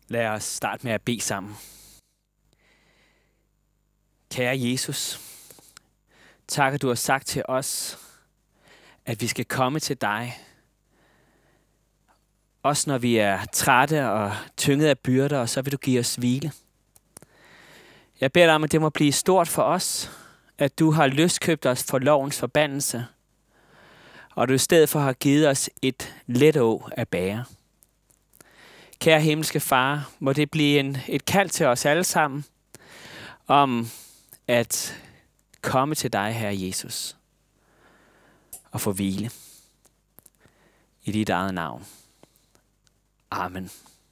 Lad os starte med at bede sammen. Kære Jesus, tak at du har sagt til os, at vi skal komme til dig. Også når vi er trætte og tynget af byrder, og så vil du give os hvile. Jeg beder dig om, at det må blive stort for os, at du har løskøbt os for lovens forbandelse, og du i stedet for har givet os et let å at bære. Kære himmelske far, må det blive et kald til os alle sammen, om at komme til dig, Herre Jesus, og få hvile i dit eget navn. Amen.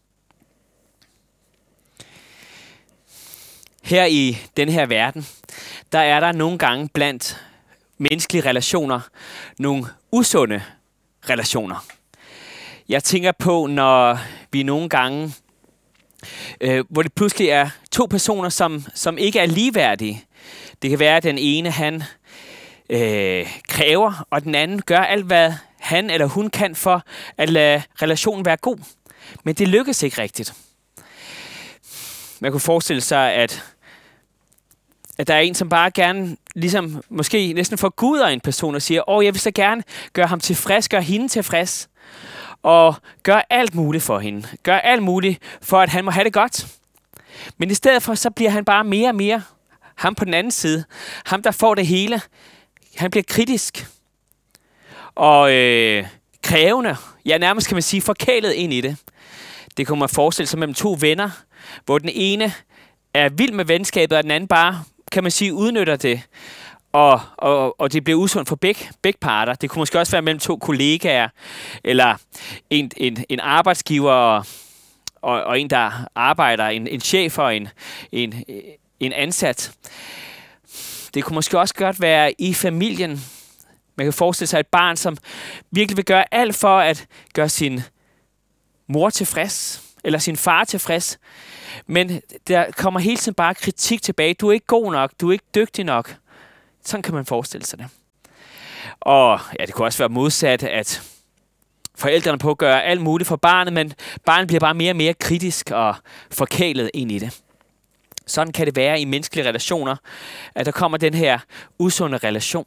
Her i den her verden, der er der nogle gange blandt menneskelige relationer nogle usunde relationer. Jeg tænker på, når vi nogle gange, hvor det pludselig er to personer, som ikke er ligeværdige. Det kan være, at den ene han kræver, og den anden gør alt, hvad han eller hun kan for at lade relationen være god. Men det lykkes ikke rigtigt. Man kunne forestille sig, at der er en, som bare gerne, ligesom måske næsten forguder en person og siger, jeg vil så gerne gøre ham tilfreds, gøre hende tilfreds, og gør alt muligt for hende. Gør alt muligt for, at han må have det godt. Men i stedet for, så bliver han bare mere og mere ham på den anden side. Ham, der får det hele. Han bliver kritisk. Og krævende. Ja, nærmest kan man sige forkælet ind i det. Det kunne man forestille sig mellem to venner, hvor den ene er vild med venskabet, og den anden bare, kan man sige, udnytter det. Og det bliver usundt for begge parter. Det kunne måske også være mellem to kollegaer, eller en arbejdsgiver og en, der arbejder, en chef og en ansat. Det kunne måske også godt være i familien. Man kan forestille sig et barn, som virkelig vil gøre alt for at gøre sin mor tilfreds, eller sin far tilfreds. Men der kommer hele tiden bare kritik tilbage. Du er ikke god nok, du er ikke dygtig nok. Sådan kan man forestille sig det. Og ja, det kunne også være modsat, at forældrene på at gøre alt muligt for barnet, men barnet bliver bare mere og mere kritisk og forkælet ind i det. Sådan kan det være i menneskelige relationer, at der kommer den her usunde relation.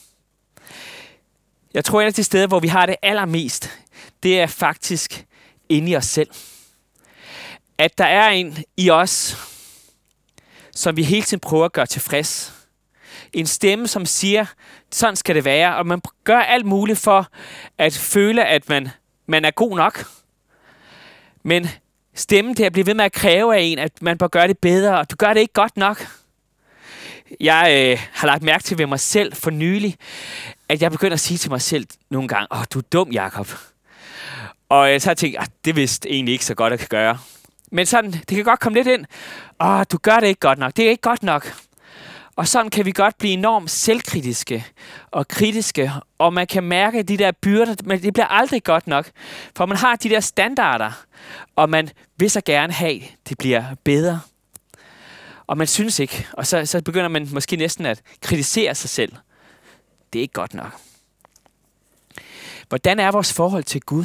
Jeg tror, et af de steder, hvor vi har det allermest, det er faktisk inde i os selv. At der er en i os, som vi hele tiden prøver at gøre tilfreds. En stemme, som siger, sådan skal det være, og man gør alt muligt for at føle, at man er god nok. Men stemmen der bliver ved med at kræve af en, at man bør gøre det bedre, og du gør det ikke godt nok. Jeg har lagt mærke til ved mig selv for nylig, at jeg begynder at sige til mig selv nogle gange, du er dum, Jakob. Og så har jeg tænkt, det er vist egentlig ikke så godt at gøre. Men sådan, det kan godt komme lidt ind. Du gør det ikke godt nok, det er ikke godt nok. Og sådan kan vi godt blive enormt selvkritiske og kritiske, og man kan mærke de der byrder, men det bliver aldrig godt nok. For man har de der standarder, og man vil så gerne have, det bliver bedre. Og man synes ikke, og så begynder man måske næsten at kritisere sig selv. Det er ikke godt nok. Hvordan er vores forhold til Gud?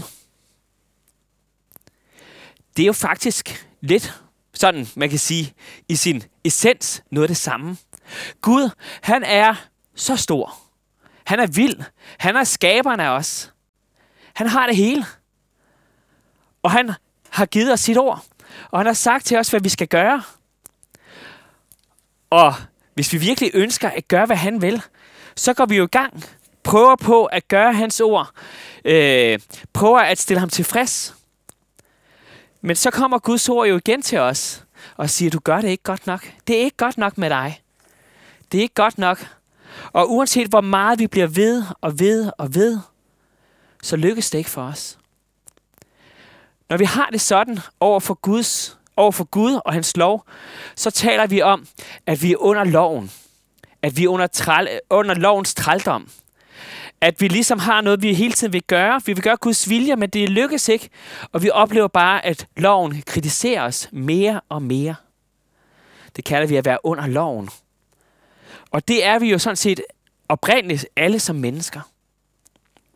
Det er jo faktisk lidt sådan, man kan sige, i sin essens noget af det samme. Gud, han er så stor. Han er vild. Han er skaberen af os. Han har det hele. Og han har givet os sit ord. Og han har sagt til os, hvad vi skal gøre. Og hvis vi virkelig ønsker at gøre, hvad han vil, så går vi jo i gang. Prøver på at gøre hans ord. Prøver at stille ham tilfreds. Men så kommer Guds ord jo igen til os og siger, du gør det ikke godt nok. Det er ikke godt nok med dig. Det er ikke godt nok. Og uanset hvor meget vi bliver ved, så lykkes det ikke for os. Når vi har det sådan over for Gud og hans lov, så taler vi om, at vi er under loven. At vi er under lovens trældom. At vi ligesom har noget, vi hele tiden vil gøre. Vi vil gøre Guds vilje, men det lykkes ikke. Og vi oplever bare, at loven kritiserer os mere og mere. Det kalder vi at være under loven. Og det er vi jo sådan set oprindeligt alle som mennesker.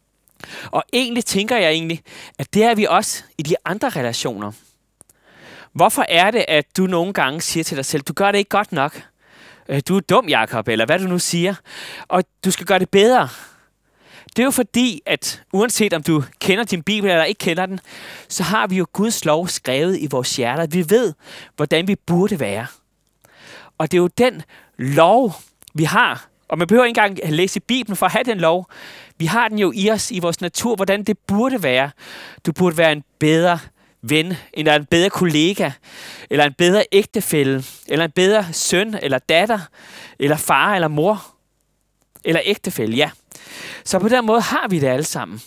Og egentlig tænker jeg at det er vi også i de andre relationer. Hvorfor er det, at du nogle gange siger til dig selv, du gør det ikke godt nok? Du er dum, Jakob, eller hvad du nu siger. Og du skal gøre det bedre. Det er jo fordi, at uanset om du kender din Bibel eller ikke kender den, så har vi jo Guds lov skrevet i vores hjerter. Vi ved, hvordan vi burde være. Og det er jo den lov, vi har. Og man behøver ikke engang at læse i Bibelen for at have den lov. Vi har den jo i os, i vores natur, hvordan det burde være. Du burde være en bedre ven, eller en bedre kollega, eller en bedre ægtefælle, eller en bedre søn, eller datter, eller far, eller mor, eller ægtefælle, ja. Så på den måde har vi det alle sammen.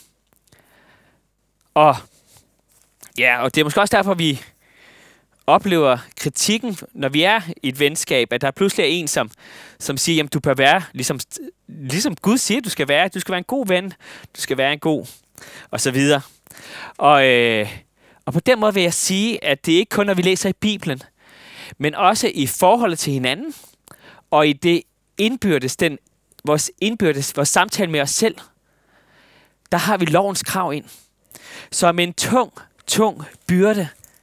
Og det er måske også derfor, vi oplever kritikken, når vi er i et venskab, at der pludselig er en, som siger, jamen du bør være, ligesom Gud siger, du skal være en god ven, du skal være en god, og så videre. Og på den måde vil jeg sige, at det ikke kun, når vi læser i Bibelen, men også i forholdet til hinanden, og i det vores samtale med os selv, der har vi lovens krav ind. Som en tung byrde.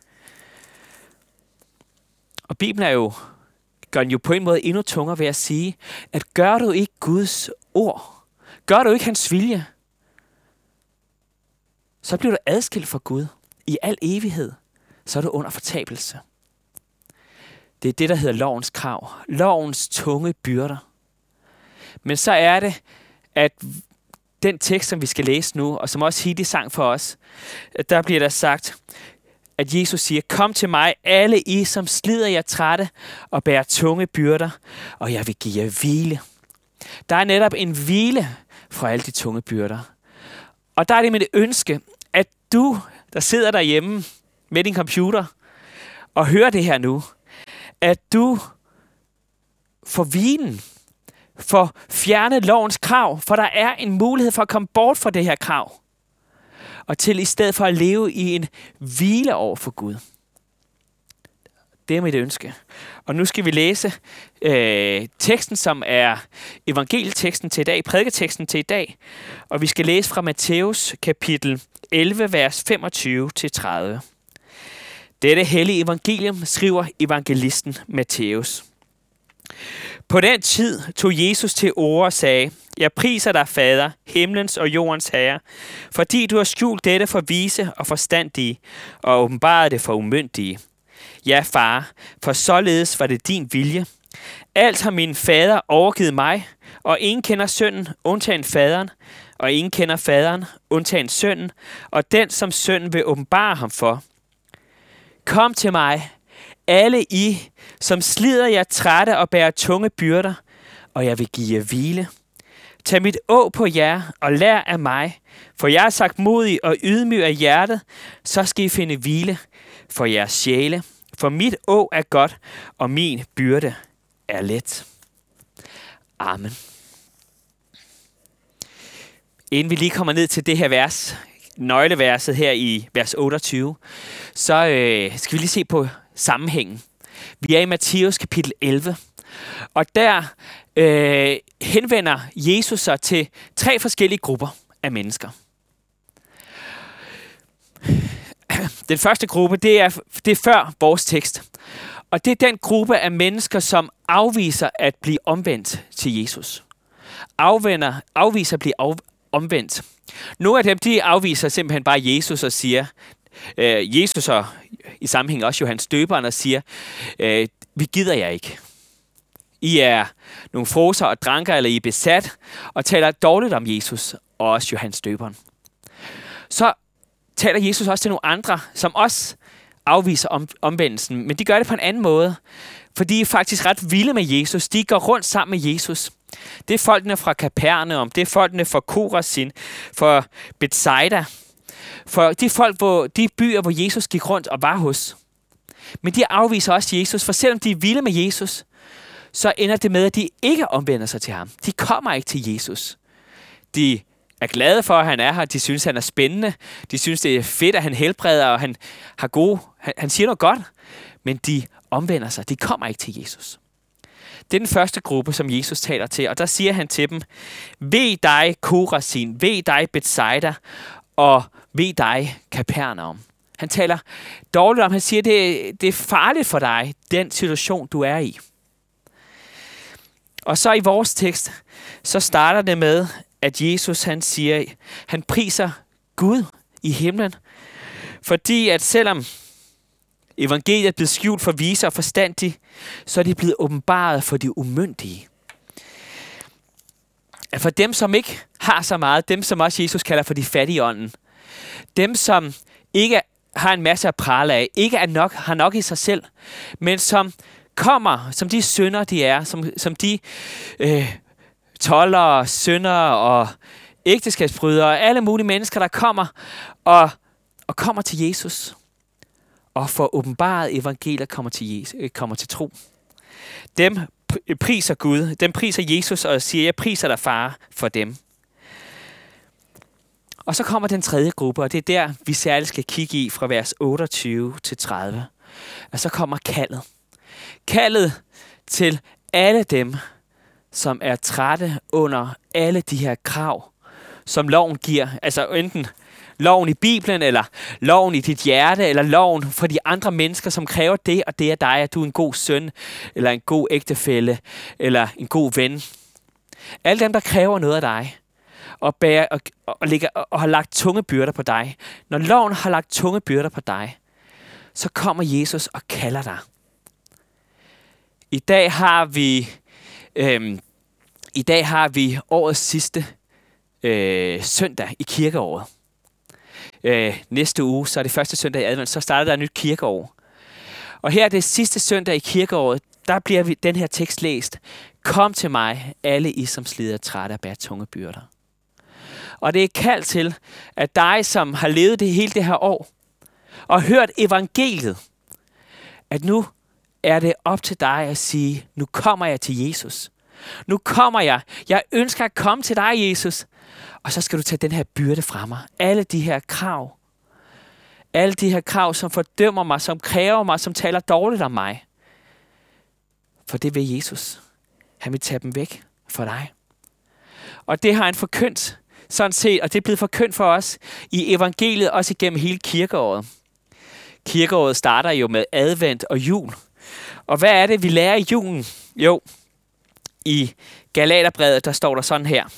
Og Bibelen gør den jo på en måde endnu tungere ved at sige, at gør du ikke Guds ord, gør du ikke hans vilje, så bliver du adskilt fra Gud i al evighed, så er du under fortabelse. Det er det, der hedder lovens krav. Lovens tunge byrder. Men så er det, at den tekst, som vi skal læse nu, og som også Hidi sang for os, der bliver der sagt, at Jesus siger, kom til mig, alle I, som slider jer trætte og bærer tunge byrder, og jeg vil give jer hvile. Der er netop en hvile fra alle de tunge byrder. Og der er det mit ønske, at du, der sidder derhjemme med din computer og hører det her nu, at du får hvilen, for fjerne lovens krav, for der er en mulighed for at komme bort fra det her krav, og til i stedet for at leve i en hvile over for Gud. Det er mit ønske. Og nu skal vi læse teksten, som er evangelieteksten til i dag, prædiketeksten til i dag, og vi skal læse fra Matthæus kapitel 11, vers 25-30. Dette hellige evangelium skriver evangelisten Matthæus. På den tid tog Jesus til orde og sagde, jeg priser dig, Fader, himlens og jordens herre, fordi du har skjult dette for vise og forstandige, og åbenbaret det for umyndige. Ja, far, for således var det din vilje. Alt har min fader overgivet mig, og ingen kender sønnen, undtagen faderen, og ingen kender faderen, undtagen sønnen, og den, som sønnen vil åbenbare ham for. Kom til mig, alle I, som slider jer trætte og bærer tunge byrder, og jeg vil give jer hvile. Tag mit åg på jer og lær af mig, for jeg er sagt modig og ydmyg af hjertet, så skal I finde hvile for jeres sjæle. For mit åg er godt, og min byrde er let. Amen. Inden vi lige kommer ned til det her vers, nøgleverset her i vers 28, så skal vi lige se på sammenhængen. Vi er i Matthæus kapitel 11, og der henvender Jesus sig til 3 forskellige grupper af mennesker. Den første gruppe, det er før vores tekst. Og det er den gruppe af mennesker, som afviser at blive omvendt til Jesus. Afviser at blive omvendt. Nogle af dem, de afviser simpelthen bare Jesus og siger, Jesus og i sammenhæng også Johannes Døberen og siger, vi gider jer ikke. I er nogle fråser og dranker, eller I er besat, og taler dårligt om Jesus og også Johannes Døberen. Så taler Jesus også til nogle andre, som også afviser omvendelsen, men de gør det på en anden måde, for de er faktisk ret vilde med Jesus. De går rundt sammen med Jesus. Det er folkene fra Kapernaum, det er folkene fra Korazin, fra Bethsaida, for de byer, hvor Jesus gik rundt og var hos. Men de afviser også Jesus, for selvom de er vilde med Jesus, så ender det med, at de ikke omvender sig til ham. De kommer ikke til Jesus. De er glade for, at han er her. De synes, han er spændende. De synes, det er fedt, at han helbreder, og han siger noget godt. Men de omvender sig. De kommer ikke til Jesus. Det er den første gruppe, som Jesus taler til. Og der siger han til dem, ved dig Korazin, ved dig Bethsaida, og ved dig Kapernaum. Han taler dårligt om. Han siger, det er farligt for dig, den situation, du er i. Og så i vores tekst, så starter det med, at Jesus han priser Gud i himlen. Fordi at selvom evangeliet er blevet skjult for vise og forstandige, så er det blevet åbenbaret for de umyndige. For dem, som ikke har så meget, dem som også Jesus kalder for de fattige i ånden, dem som ikke har en masse at prale af, ikke har nok i sig selv, men som kommer, som de synder de er, som de toldere, syndere og ægteskabsbrydere, alle mulige mennesker, der kommer og kommer til Jesus og får åbenbaret evangeliet kommer til tro. Dem priser Gud, dem priser Jesus og siger, jeg priser dig, far, for dem. Og så kommer den tredje gruppe, og det er der, vi særligt skal kigge i fra vers 28 til 30. Og så kommer kaldet. Kaldet til alle dem, som er trætte under alle de her krav, som loven giver. Altså enten loven i Bibelen, eller loven i dit hjerte, eller loven for de andre mennesker, som kræver det, og det er dig, at du er en god søn, eller en god ægtefælle, eller en god ven. Alle dem, der kræver noget af dig, og har lagt tunge byrder på dig. Når loven har lagt tunge byrder på dig, så kommer Jesus og kalder dig. I dag har vi årets sidste søndag i kirkeåret. Næste uge, så er det første søndag i advent, så starter der et nyt kirkeår. Og her er det sidste søndag i kirkeåret, der bliver den her tekst læst. Kom til mig, alle I, som slider trætte og bærer tunge byrder. Og det er kald til, at dig, som har levet hele det her år, og hørt evangeliet, at nu er det op til dig at sige, nu kommer jeg til Jesus. Nu kommer jeg. Jeg ønsker at komme til dig, Jesus. Og så skal du tage den her byrde fra mig. Alle de her krav, som fordømmer mig, som kræver mig, som taler dårligt om mig. For det vil Jesus. Han vil tage dem væk for dig. Og det har han forkyndt, sådan set, og det er blevet forkyndt for os i evangeliet, også igennem hele kirkeåret. Kirkeåret starter jo med advent og jul. Og hvad er det, vi lærer i julen? Jo, i Galaterbrevet, der står der sådan her.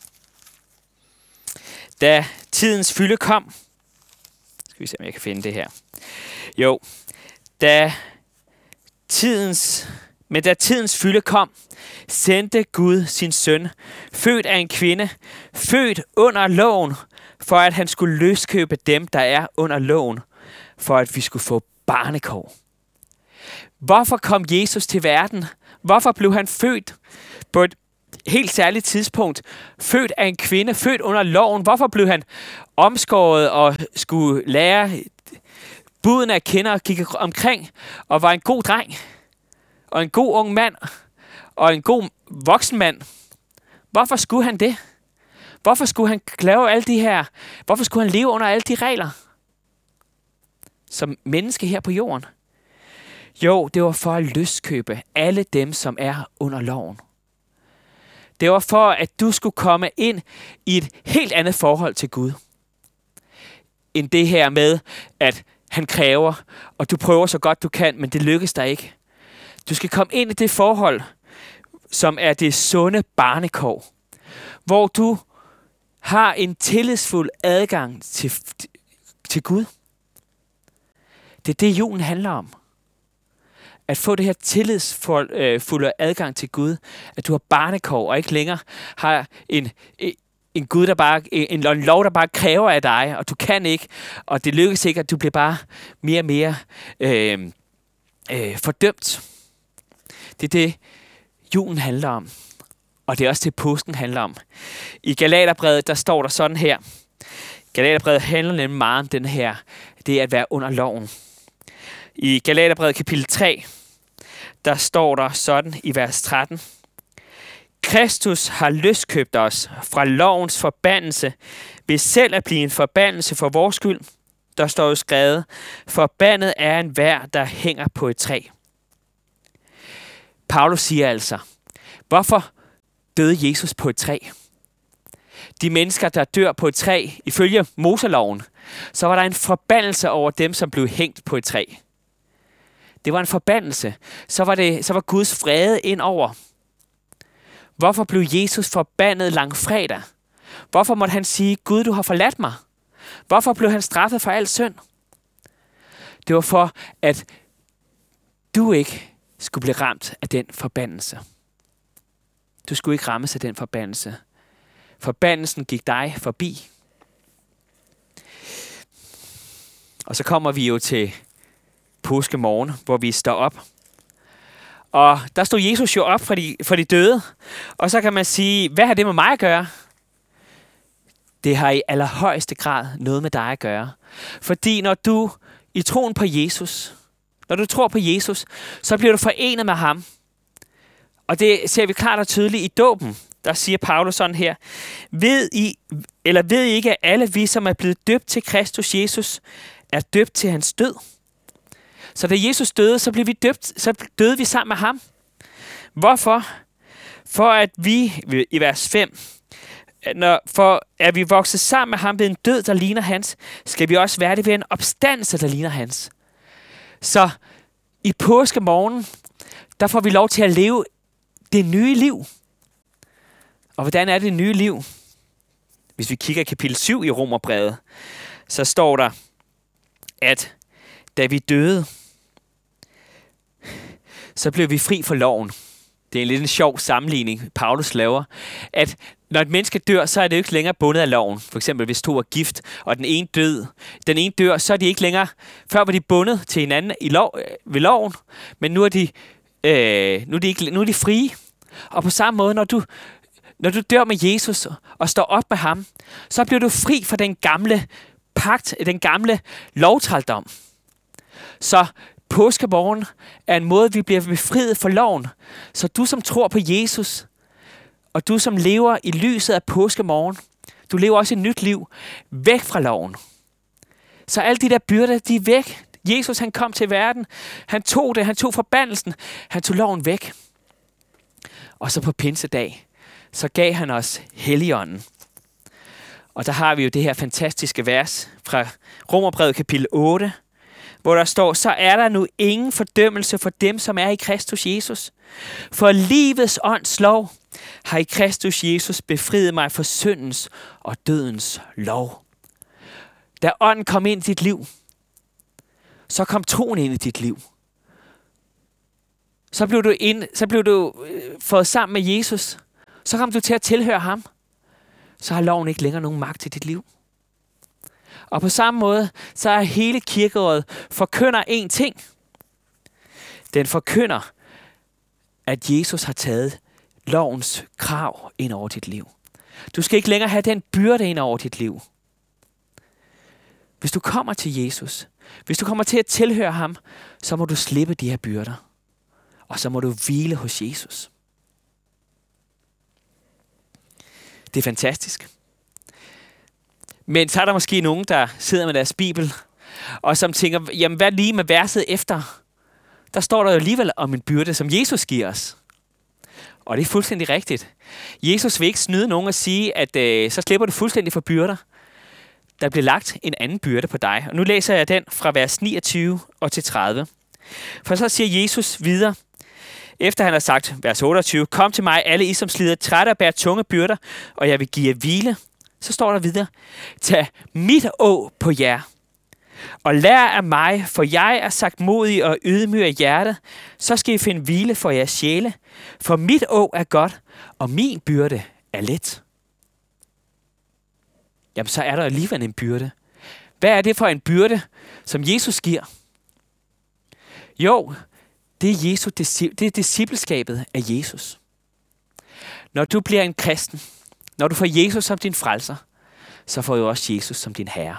Da tidens fylde kom. Skal vi se, om jeg kan finde det her. Jo, da tidens fylde kom, sendte Gud sin søn, født af en kvinde, født under loven, for at han skulle løskøbe dem, der er under loven, for at vi skulle få barnekår. Hvorfor kom Jesus til verden? Hvorfor blev han født på et helt særligt tidspunkt? Født af en kvinde, født under loven. Hvorfor blev han omskåret og skulle lære budene at kende og gik omkring og var en god dreng og en god ung mand og en god voksen mand? Hvorfor skulle han det? Hvorfor skulle han lave alle de her? Hvorfor skulle han leve under alle de regler som menneske her på jorden? Jo, det var for at løskøbe alle dem, som er under loven. Det var for, at du skulle komme ind i et helt andet forhold til Gud. End det her med, at han kræver, og du prøver så godt du kan, men det lykkes dig ikke. Du skal komme ind i det forhold, som er det sunde barnekår, hvor du har en tillidsfuld adgang til Gud. Det er det, julen handler om. At få det her tillidsfulde adgang til Gud, at du har barnekår og ikke længere har en Gud, en lov, der bare kræver af dig, og du kan ikke, og det lykkes ikke, at du bliver bare mere og mere fordømt. Det er det, julen handler om, og det er også det, påsken handler om. I Galaterbrevet, der står der sådan her. Galaterbrevet handler nemlig meget om den her, det er at være under loven. I Galaterbrevet kapitel 3, der står der sådan i vers 13. Kristus har løskøbt os fra lovens forbandelse ved selv at blive en forbandelse for vores skyld. Der står jo skrevet, forbandet er enhver, der hænger på et træ. Paulus siger altså, hvorfor døde Jesus på et træ? De mennesker, der dør på et træ, ifølge Moseloven, så var der en forbandelse over dem, som blev hængt på et træ. Det var en forbandelse. Så var Guds vrede ind over. Hvorfor blev Jesus forbandet langfredag? Hvorfor måtte han sige, Gud, du har forladt mig? Hvorfor blev han straffet for al synd? Det var for, at du ikke skulle blive ramt af den forbandelse. Du skulle ikke rammes af den forbandelse. Forbandelsen gik dig forbi. Og så kommer vi jo til påskemorgen, hvor vi står op. Og der stod Jesus jo op for de døde. Og så kan man sige, hvad har det med mig at gøre? Det har i allerhøjeste grad noget med dig at gøre. Fordi når du i troen på Jesus, når du tror på Jesus, så bliver du forenet med ham. Og det ser vi klart og tydeligt i dåben. Der siger Paulus sådan her. Ved I ikke, at alle vi, som er blevet døbt til Kristus Jesus, er døbt til hans død? Så da Jesus døde, så blev vi døbt, så døde vi sammen med ham. Hvorfor? For at vi, i vers 5, for at vi vokset sammen med ham ved en død, der ligner hans, skal vi også være det ved en opstandelse, der ligner hans. Så i påskemorgen, der får vi lov til at leve det nye liv. Og hvordan er det nye liv? Hvis vi kigger i kapitel 7 i Romerbrevet, så står der, at da vi døde, så blev vi fri for loven. Det er en lidt en sjov sammenligning, Paulus laver, at når et menneske dør, så er det jo ikke længere bundet af loven. For eksempel hvis to er gift, og den ene dør, så er de ikke længere, før var de bundet til hinanden ved loven, men nu er de frie. Og på samme måde, når du dør med Jesus og står op med ham, så bliver du fri fra den gamle pagt, den gamle lovtrældom. Så påskemorgen er en måde, vi bliver befriet for loven. Så du, som tror på Jesus, og du, som lever i lyset af påskemorgen, du lever også et nyt liv, væk fra loven. Så alle de der byrder, de er væk. Jesus, han kom til verden. Han tog forbandelsen. Han tog loven væk. Og så på pinsedag, så gav han os Helligånden. Og der har vi jo det her fantastiske vers fra Romerbrevet kapitel 8, hvor der står, så er der nu ingen fordømmelse for dem, som er i Kristus Jesus. For livets ånds lov har i Kristus Jesus befriet mig for syndens og dødens lov. Da ånden kom ind i dit liv, så kom troen ind i dit liv. Så blev du fået sammen med Jesus. Så kom du til at tilhøre ham. Så har loven ikke længere nogen magt i dit liv. Og på samme måde, så er hele kirkerådet forkynder én ting. Den forkynder, at Jesus har taget lovens krav ind over dit liv. Du skal ikke længere have den byrde ind over dit liv. Hvis du kommer til Jesus, hvis du kommer til at tilhøre ham, så må du slippe de her byrder. Og så må du hvile hos Jesus. Det er fantastisk. Men så er der måske nogen, der sidder med deres bibel, og som tænker, jamen hvad lige med verset efter? Der står der jo alligevel om en byrde, som Jesus giver os. Og det er fuldstændig rigtigt. Jesus vil ikke snyde nogen og sige, at så slipper du fuldstændig for byrder. Der bliver lagt en anden byrde på dig. Og nu læser jeg den fra vers 29 og til 30. For så siger Jesus videre, efter han har sagt, vers 28, kom til mig, alle I, som slider trætte og bærer tunge byrder, og jeg vil give jer hvile. Så står der videre, tag mit åg på jer, og lær af mig, for jeg er sagt modig og ydmyg af hjertet, så skal I finde hvile for jeres sjæle, for mit åg er godt, og min byrde er let. Jamen, så er der alligevel en byrde. Hvad er det for en byrde, som Jesus giver? Jo, det er discipleskabet af Jesus. Når du bliver en kristen, når du får Jesus som din frelser, så får du også Jesus som din herre.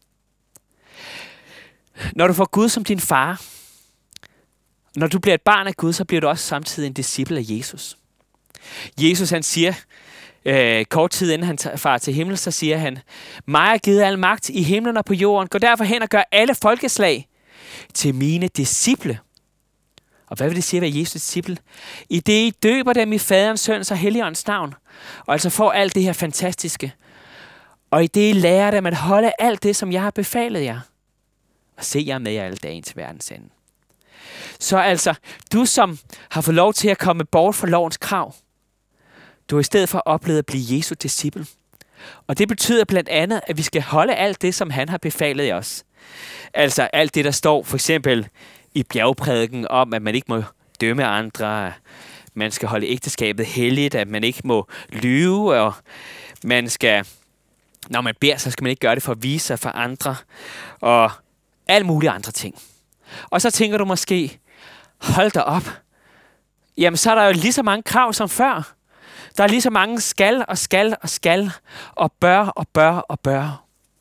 Når du får Gud som din far, når du bliver et barn af Gud, så bliver du også samtidig en disciple af Jesus. Jesus, han siger, kort tid inden han farer til himmel, så siger han, mig er givet al magt i himlen og på jorden. Gå derfor hen og gør alle folkeslag til mine disciple. Og hvad vil det sige at være Jesus disciple? I det I døber dem i faderens, søns og helligåndens navn. Og altså får alt det her fantastiske. Og i det I lærer dem at holde alt det, som jeg har befalet jer. Og se jer med jer alle dagen til verdens ende. Så altså, du som har fået lov til at komme bort fra lovens krav, du har i stedet for oplevet at blive Jesu disciple. Og det betyder blandt andet, at vi skal holde alt det, som han har befalet os. Altså alt det, der står for eksempel i bjergprædiken om, at man ikke må dømme andre, man skal holde ægteskabet helligt, at man ikke må lyve, og man skal, når man beder, så skal man ikke gøre det for at vise sig for andre, og alle mulige andre ting. Og så tænker du måske, hold da op, jamen så er der jo lige så mange krav som før. Der er lige så mange skal, og bør.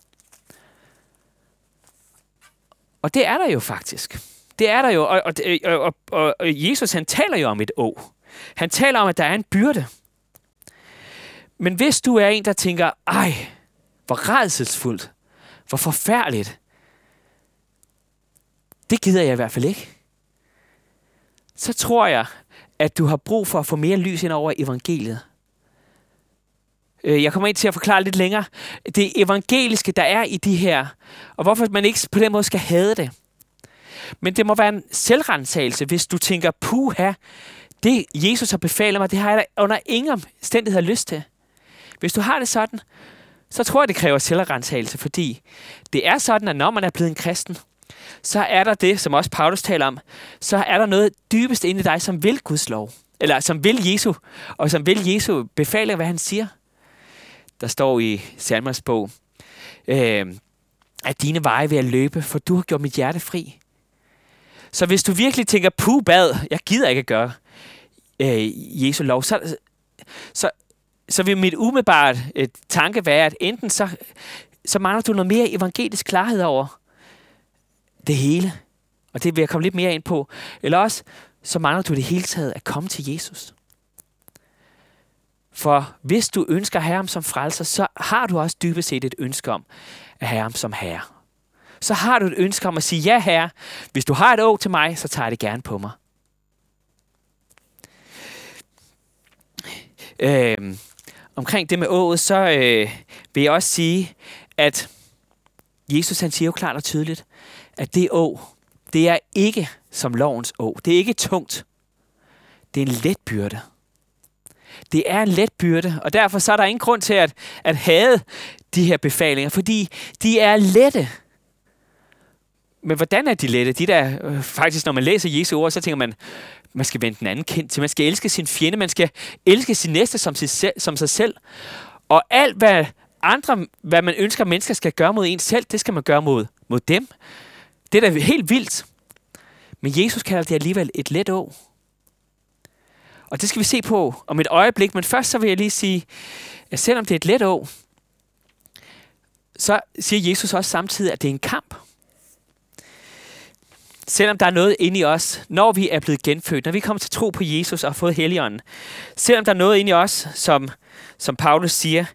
Og det er der jo faktisk. Det er der jo, og Jesus han taler jo om et å. Han taler om, at der er en byrde. Men hvis du er en, der tænker, ej, hvor rædselsfuldt, hvor forfærdeligt, det gider jeg i hvert fald ikke. Så tror jeg, at du har brug for at få mere lys ind over evangeliet. Jeg kommer ind til at forklare lidt længere. Det evangeliske, der er i de her, og hvorfor man ikke på den måde skal hade det. Men det må være en selvrensagelse, hvis du tænker, puha, det Jesus har befalet mig, det har jeg da under ingen omstændighed lyst til. Hvis du har det sådan, så tror jeg, det kræver selvrensagelse, fordi det er sådan, at når man er blevet en kristen, så er der det, som også Paulus taler om, så er der noget dybest inde i dig, som vil Guds lov, eller som vil Jesu, og som vil Jesu befale, hvad han siger. Der står i Salmers bog, at dine veje vil jeg løbe, for du har gjort mit hjerte fri. Så hvis du virkelig tænker, bad, jeg gider ikke at gøre Jesu lov, så vil mit umiddelbart tanke være, at enten så mangler du noget mere evangelisk klarhed over det hele, og det vil jeg komme lidt mere ind på, eller også så mangler du det hele taget at komme til Jesus. For hvis du ønsker at have ham som frelser, så har du også dybest set et ønske om at have ham som herre. Så har du et ønske om at sige, ja herre, hvis du har et å til mig, så tager jeg det gerne på mig. Omkring det med ået, så vil jeg også sige, at Jesus han siger jo klart og tydeligt, at det å, det er ikke som lovens å. Det er ikke tungt. Det er en let byrde. Det er en let byrde, og derfor så er der ingen grund til at hade de her befalinger, fordi de er lette. Men hvordan er de lette? De der, faktisk når man læser Jesu ord, så tænker man skal vende den anden kind til. Man skal elske sin fjende, man skal elske sin næste som sig selv. Og alt hvad man ønsker mennesker skal gøre mod en selv, det skal man gøre mod dem. Det er da helt vildt. Men Jesus kalder det alligevel et let å. Og det skal vi se på om et øjeblik. Men først så vil jeg lige sige, at selvom det er et let å, så siger Jesus også samtidig, at det er en kamp. Selvom der er noget inde i os, når vi er blevet genfødt, når vi kommer til tro på Jesus og har fået Helligånden, selvom der er noget inde i os, som Paulus siger,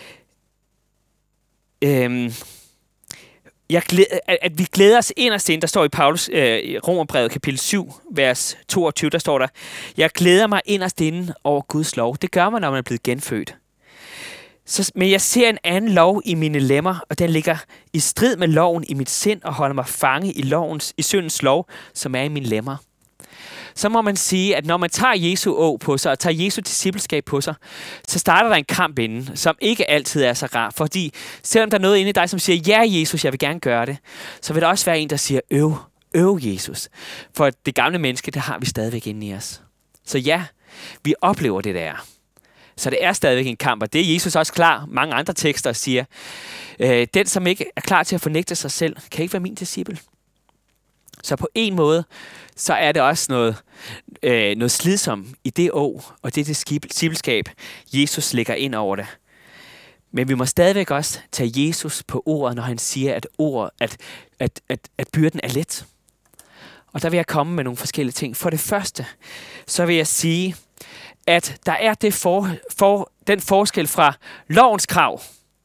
at vi glæder os inderst inde, der står i Paulus Romerbrevet kapitel 7, vers 22, der står der, jeg glæder mig inderst inde over Guds lov. Det gør man, når man er blevet genfødt. Men jeg ser en anden lov i mine lemmer, og den ligger i strid med loven i mit sind og holder mig fange i syndens lov, som er i mine lemmer. Så må man sige, at når man tager Jesu å på sig og tager Jesu discipleskab på sig, så starter der en kamp inden, som ikke altid er så rar. Fordi selvom der er noget inde i dig, som siger, ja Jesus, jeg vil gerne gøre det, så vil der også være en, der siger, øv Jesus. For det gamle menneske, det har vi stadigvæk inde i os. Så ja, vi oplever det der. Så det er stadigvæk en kamp, og det er Jesus også klar. Mange andre tekster siger, den som ikke er klar til at fornægte sig selv, kan ikke være min disciple. Så på en måde, så er det også noget slidsomt i det å, og det discipleskab, Jesus lægger ind over det. Men vi må stadigvæk også tage Jesus på ordet, når han siger, at byrden er let. Og der vil jeg komme med nogle forskellige ting. For det første, så vil jeg sige, at der er den forskel fra lovens krav,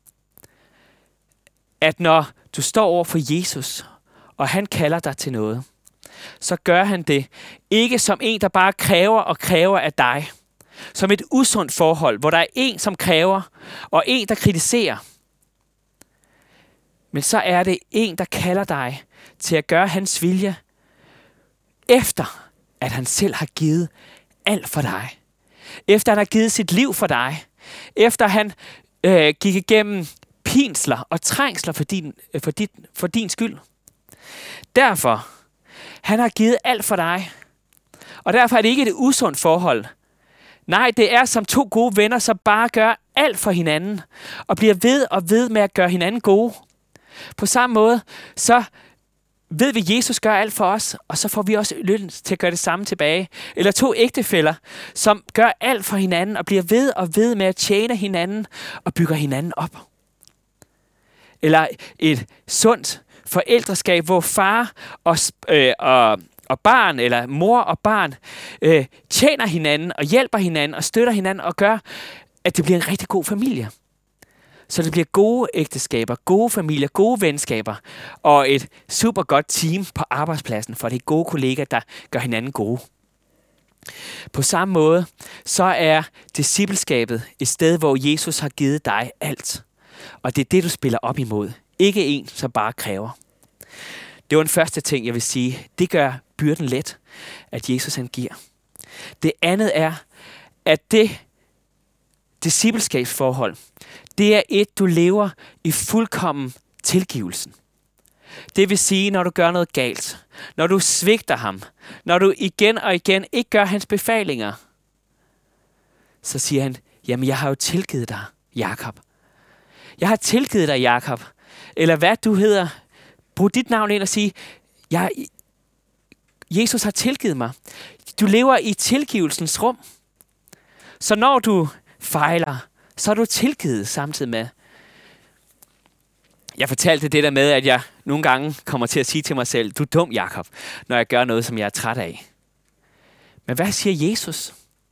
at når du står over for Jesus, og han kalder dig til noget, så gør han det ikke som en, der bare kræver af dig. Som et usundt forhold, hvor der er en, som kræver, og en, der kritiserer. Men så er det en, der kalder dig til at gøre hans vilje, efter at han selv har givet alt for dig. Efter han har givet sit liv for dig. Efter han gik igennem pinsler og trængsler for din skyld. Derfor, han har givet alt for dig. Og derfor er det ikke et usundt forhold. Nej, det er som to gode venner, som bare gør alt for hinanden. Og bliver ved og ved med at gøre hinanden gode. På samme måde, så ved vi, at Jesus gør alt for os, og så får vi også lyst til at gøre det samme tilbage. Eller to ægtefæller, som gør alt for hinanden, og bliver ved og ved med at tjene hinanden, og bygger hinanden op. Eller et sundt forældreskab, hvor far og barn, eller mor og barn, tjener hinanden, og hjælper hinanden, og støtter hinanden, og gør, at det bliver en rigtig god familie. Så det bliver gode ægteskaber, gode familier, gode venskaber og et super godt team på arbejdspladsen, for det er gode kollegaer, der gør hinanden gode. På samme måde, så er discipleskabet et sted, hvor Jesus har givet dig alt. Og det er det, du spiller op imod. Ikke en, som bare kræver. Det var den første ting, jeg vil sige. Det gør byrden let, at Jesus han giver. Det andet er, at det discipleskabsforhold, det er et, du lever i fuldkommen tilgivelsen. Det vil sige, når du gør noget galt, når du svigter ham, når du igen og igen ikke gør hans befalinger, så siger han, jamen jeg har jo tilgivet dig, Jakob. Jeg har tilgivet dig, Jakob. Eller hvad du hedder. Brug dit navn ind og sige, Jesus har tilgivet mig. Du lever i tilgivelsens rum. Så når du fejler, så er du tilgivet samtidig med. Jeg fortalte det der med, at jeg nogle gange kommer til at sige til mig selv, du er dum, Jakob, når jeg gør noget, som jeg er træt af. Men hvad siger Jesus?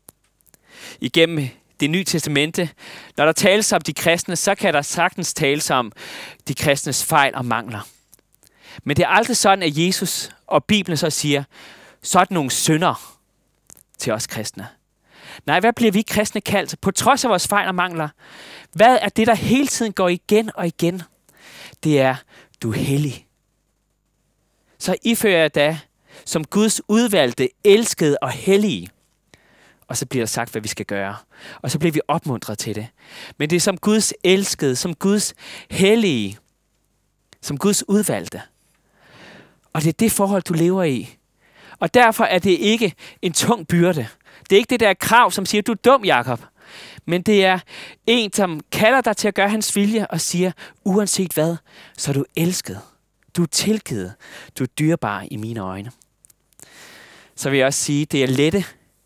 Igennem det nye testamente, når der tales om de kristne, så kan der sagtens tales om de kristnes fejl og mangler. Men det er aldrig sådan, at Jesus og Bibelen så siger, sådan nogle synder til os kristne. Nej, hvad bliver vi kristne kaldt? På trods af vores fejl og mangler. Hvad er det, der hele tiden går igen og igen? Det er, du er hellig. Så ifører jeg da som Guds udvalgte, elskede og hellige. Og så bliver der sagt, hvad vi skal gøre. Og så bliver vi opmuntret til det. Men det er som Guds elskede, som Guds hellige, som Guds udvalgte. Og det er det forhold, du lever i. Og derfor er det ikke en tung byrde. Det er ikke det der krav, som siger, du er dum, Jakob. Men det er en, som kalder dig til at gøre hans vilje og siger, uanset hvad, så er du elsket. Du er tilgivet. Du er dyrbar i mine øjne. Så vil jeg også sige, det er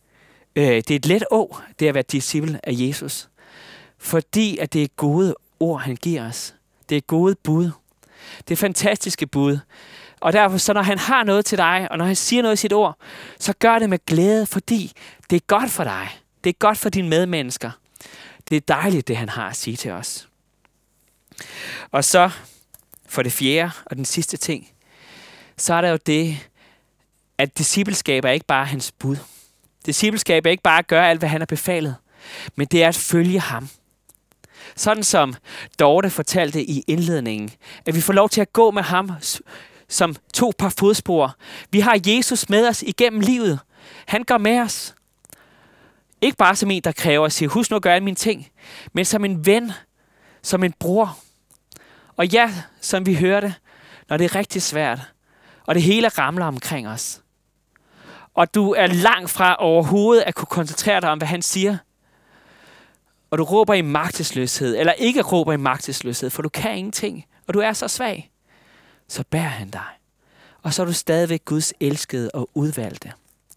et let det at være disciple af Jesus. Fordi at det er gode ord, han giver os. Det er gode bud. Det er fantastiske bud. Og derfor, så når han har noget til dig, og når han siger noget i sit ord, så gør det med glæde, fordi det er godt for dig. Det er godt for dine medmennesker. Det er dejligt, det han har at sige til os. Og så, for det fjerde og den sidste ting, så er der jo det, at discipleskab er ikke bare hans bud. Discipleskab er ikke bare at gøre alt, hvad han har befalet, men det er at følge ham. Sådan som Dorte fortalte i indledningen, at vi får lov til at gå med ham som to par fodspor. Vi har Jesus med os igennem livet. Han går med os. Ikke bare som en, der kræver at sige, husk nu at gøre alle mine ting, men som en ven, som en bror. Og ja, som vi hørte, når det er rigtig svært, og det hele ramler omkring os. Og du er langt fra overhovedet at kunne koncentrere dig om, hvad han siger. Og du råber i magtesløshed, eller ikke råber i magtesløshed, for du kan ingenting, og du er så svag. Så bærer han dig. Og så er du stadigvæk Guds elskede og udvalgte.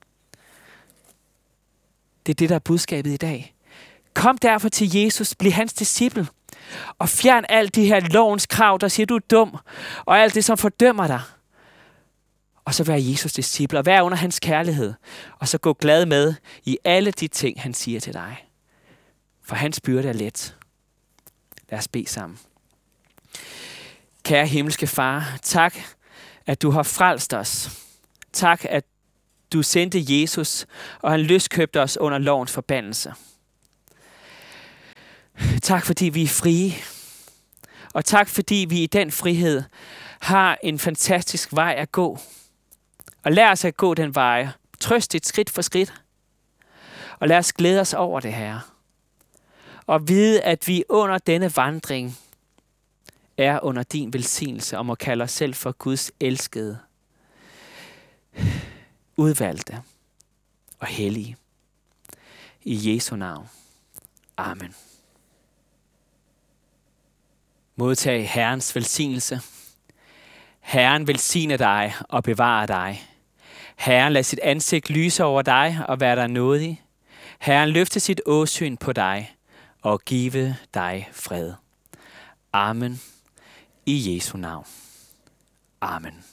Det er det, der er budskabet i dag. Kom derfor til Jesus, bliv hans disciple, og fjern alt de her lovens krav, der siger, du er dum, og alt det, som fordømmer dig. Og så vær Jesus disciple, og vær under hans kærlighed, og så gå glad med i alle de ting, han siger til dig. For hans byrde er let. Lad os bede sammen. Kære himmelske far, tak, at du har frelst os. Tak, at du sendte Jesus, og han løskøbte os under lovens forbandelse. Tak, fordi vi er frie. Og tak, fordi vi i den frihed har en fantastisk vej at gå. Og lad os at gå den vej, trøstigt skridt for skridt. Og lad os glæde os over det, Herre. Og vide, at vi under denne vandring er under din velsignelse, om at kalde os selv for Guds elskede, udvalgte og hellige. I Jesu navn. Amen. Modtag Herrens velsignelse. Herren velsigne dig og bevare dig. Herren lad sit ansigt lyse over dig og være dig nådig. Herren løfte sit åsyn på dig og give dig fred. Amen. I Jesu navn. Amen.